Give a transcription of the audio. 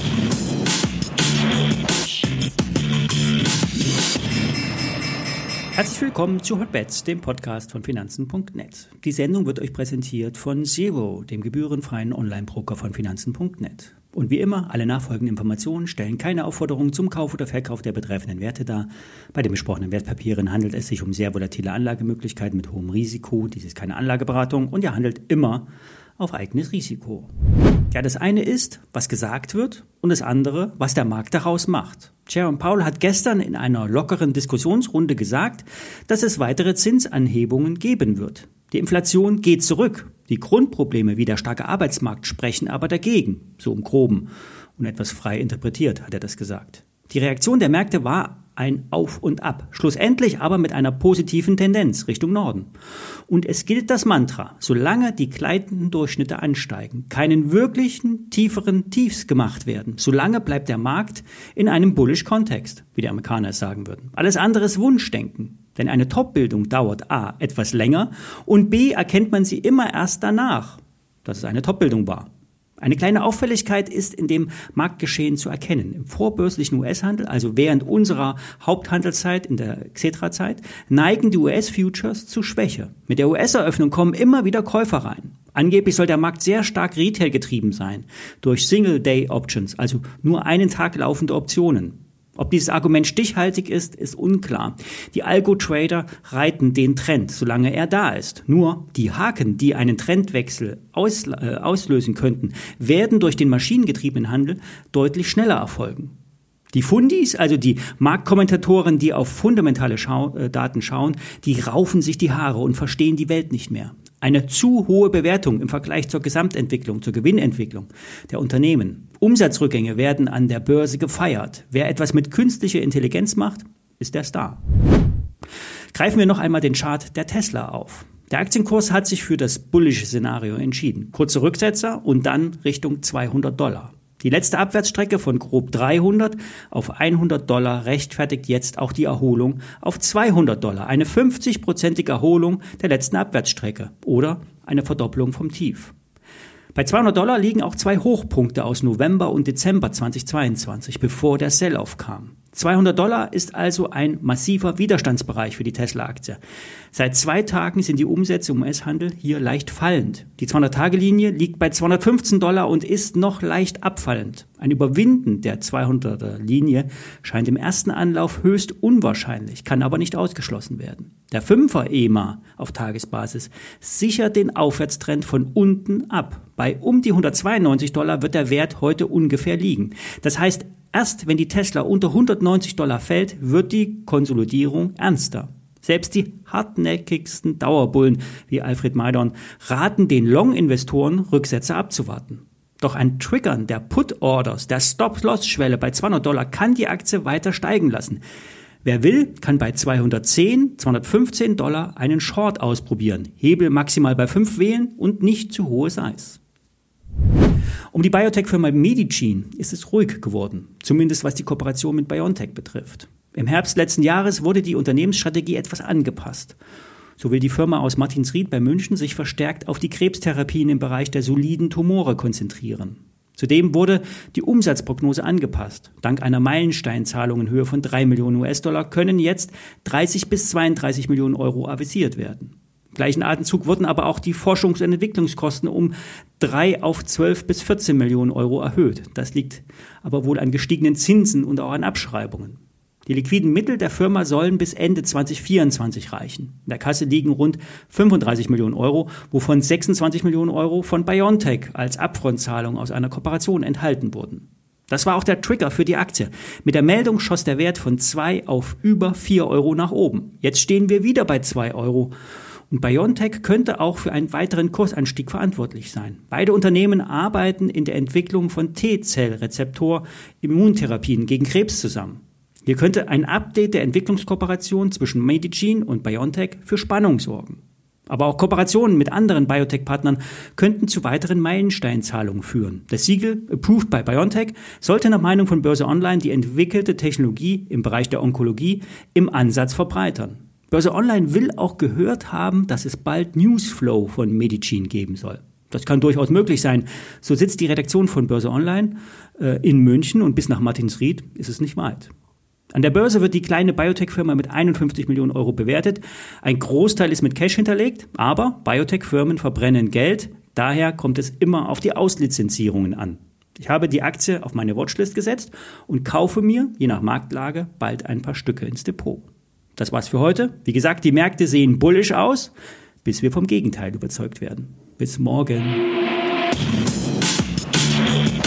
Herzlich willkommen zu Hotbets, dem Podcast von Finanzen.net. Die Sendung wird euch präsentiert von Zero, dem gebührenfreien Online-Broker von Finanzen.net. Und wie immer, alle nachfolgenden Informationen stellen keine Aufforderung zum Kauf oder Verkauf der betreffenden Werte dar. Bei den besprochenen Wertpapieren handelt es sich um sehr volatile Anlagemöglichkeiten mit hohem Risiko. Dies ist keine Anlageberatung und ihr handelt immer auf eigenes Risiko. Ja, das eine ist, was gesagt wird, und das andere, was der Markt daraus macht. Jerome Powell hat gestern in einer lockeren Diskussionsrunde gesagt, dass es weitere Zinsanhebungen geben wird. Die Inflation geht zurück. Die Grundprobleme wie der starke Arbeitsmarkt sprechen aber dagegen, so im Groben. Und etwas frei interpretiert hat er das gesagt. Die Reaktion der Märkte war ein Auf und Ab, schlussendlich aber mit einer positiven Tendenz Richtung Norden. Und es gilt das Mantra, solange die gleitenden Durchschnitte ansteigen, keinen wirklichen tieferen Tiefs gemacht werden, solange bleibt der Markt in einem Bullish-Kontext, wie die Amerikaner es sagen würden. Alles andere ist Wunschdenken, denn eine Top-Bildung dauert A etwas länger und B erkennt man sie immer erst danach, dass es eine Top-Bildung war. Eine kleine Auffälligkeit ist in dem Marktgeschehen zu erkennen. Im vorbörslichen US-Handel, also während unserer Haupthandelszeit, in der Xetra-Zeit, neigen die US-Futures zu Schwäche. Mit der US-Eröffnung kommen immer wieder Käufer rein. Angeblich soll der Markt sehr stark Retail getrieben sein, durch Single-Day-Options, also nur einen Tag laufende Optionen. Ob dieses Argument stichhaltig ist, ist unklar. Die Algo-Trader reiten den Trend, solange er da ist. Nur die Haken, die einen Trendwechsel auslösen könnten, werden durch den maschinengetriebenen Handel deutlich schneller erfolgen. Die Fundis, also die Marktkommentatoren, die auf fundamentale Daten schauen, die raufen sich die Haare und verstehen die Welt nicht mehr. Eine zu hohe Bewertung im Vergleich zur Gesamtentwicklung, zur Gewinnentwicklung der Unternehmen. Umsatzrückgänge werden an der Börse gefeiert. Wer etwas mit künstlicher Intelligenz macht, ist der Star. Greifen wir noch einmal den Chart der Tesla auf. Der Aktienkurs hat sich für das Bullish-Szenario entschieden. Kurze Rücksetzer und dann Richtung $200. Die letzte Abwärtsstrecke von grob 300 auf $100 rechtfertigt jetzt auch die Erholung auf $200. Eine 50-prozentige Erholung der letzten Abwärtsstrecke oder eine Verdopplung vom Tief. Bei $200 liegen auch zwei Hochpunkte aus November und Dezember 2022, bevor der Sell-Off kam. $200 ist also ein massiver Widerstandsbereich für die Tesla-Aktie. Seit 2 Tagen sind die Umsätze im US-Handel hier leicht fallend. Die 200-Tage-Linie liegt bei $215 und ist noch leicht abfallend. Ein Überwinden der 200er-Linie scheint im ersten Anlauf höchst unwahrscheinlich, kann aber nicht ausgeschlossen werden. Der 5er EMA auf Tagesbasis sichert den Aufwärtstrend von unten ab. Bei um die $192 wird der Wert heute ungefähr liegen. Das heißt, erst wenn die Tesla unter $190 fällt, wird die Konsolidierung ernster. Selbst die hartnäckigsten Dauerbullen wie Alfred Maidon raten den Long-Investoren, Rücksätze abzuwarten. Doch ein Triggern der Put-Orders, der Stop-Loss-Schwelle bei $200 kann die Aktie weiter steigen lassen. Wer will, kann bei $215 einen Short ausprobieren, Hebel maximal bei 5 wählen und nicht zu hohes Eis. Um die Biotech-Firma Medigene ist es ruhig geworden, zumindest was die Kooperation mit BioNTech betrifft. Im Herbst letzten Jahres wurde die Unternehmensstrategie etwas angepasst. So will die Firma aus Martinsried bei München sich verstärkt auf die Krebstherapien im Bereich der soliden Tumore konzentrieren. Zudem wurde die Umsatzprognose angepasst. Dank einer Meilensteinzahlung in Höhe von 3 Millionen US-Dollar können jetzt 30 bis 32 Millionen Euro avisiert werden. Im gleichen Atemzug wurden aber auch die Forschungs- und Entwicklungskosten um 3 auf 12 bis 14 Millionen Euro erhöht. Das liegt aber wohl an gestiegenen Zinsen und auch an Abschreibungen. Die liquiden Mittel der Firma sollen bis Ende 2024 reichen. In der Kasse liegen rund 35 Millionen Euro, wovon 26 Millionen Euro von BioNTech als Upfront-Zahlung aus einer Kooperation enthalten wurden. Das war auch der Trigger für die Aktie. Mit der Meldung schoss der Wert von 2 auf über 4 Euro nach oben. Jetzt stehen wir wieder bei 2 Euro. Und BioNTech könnte auch für einen weiteren Kursanstieg verantwortlich sein. Beide Unternehmen arbeiten in der Entwicklung von T-Zell-Rezeptor-Immuntherapien gegen Krebs zusammen. Hier könnte ein Update der Entwicklungskooperation zwischen Medigene und BioNTech für Spannung sorgen. Aber auch Kooperationen mit anderen Biotech-Partnern könnten zu weiteren Meilensteinzahlungen führen. Das Siegel Approved by BioNTech sollte nach Meinung von Börse Online die entwickelte Technologie im Bereich der Onkologie im Ansatz verbreitern. Börse Online will auch gehört haben, dass es bald Newsflow von Medigene geben soll. Das kann durchaus möglich sein. So sitzt die Redaktion von Börse Online in München und bis nach Martinsried ist es nicht weit. An der Börse wird die kleine Biotech-Firma mit 51 Millionen Euro bewertet. Ein Großteil ist mit Cash hinterlegt, aber Biotech-Firmen verbrennen Geld. Daher kommt es immer auf die Auslizenzierungen an. Ich habe die Aktie auf meine Watchlist gesetzt und kaufe mir, je nach Marktlage, bald ein paar Stücke ins Depot. Das war's für heute. Wie gesagt, die Märkte sehen bullish aus, bis wir vom Gegenteil überzeugt werden. Bis morgen.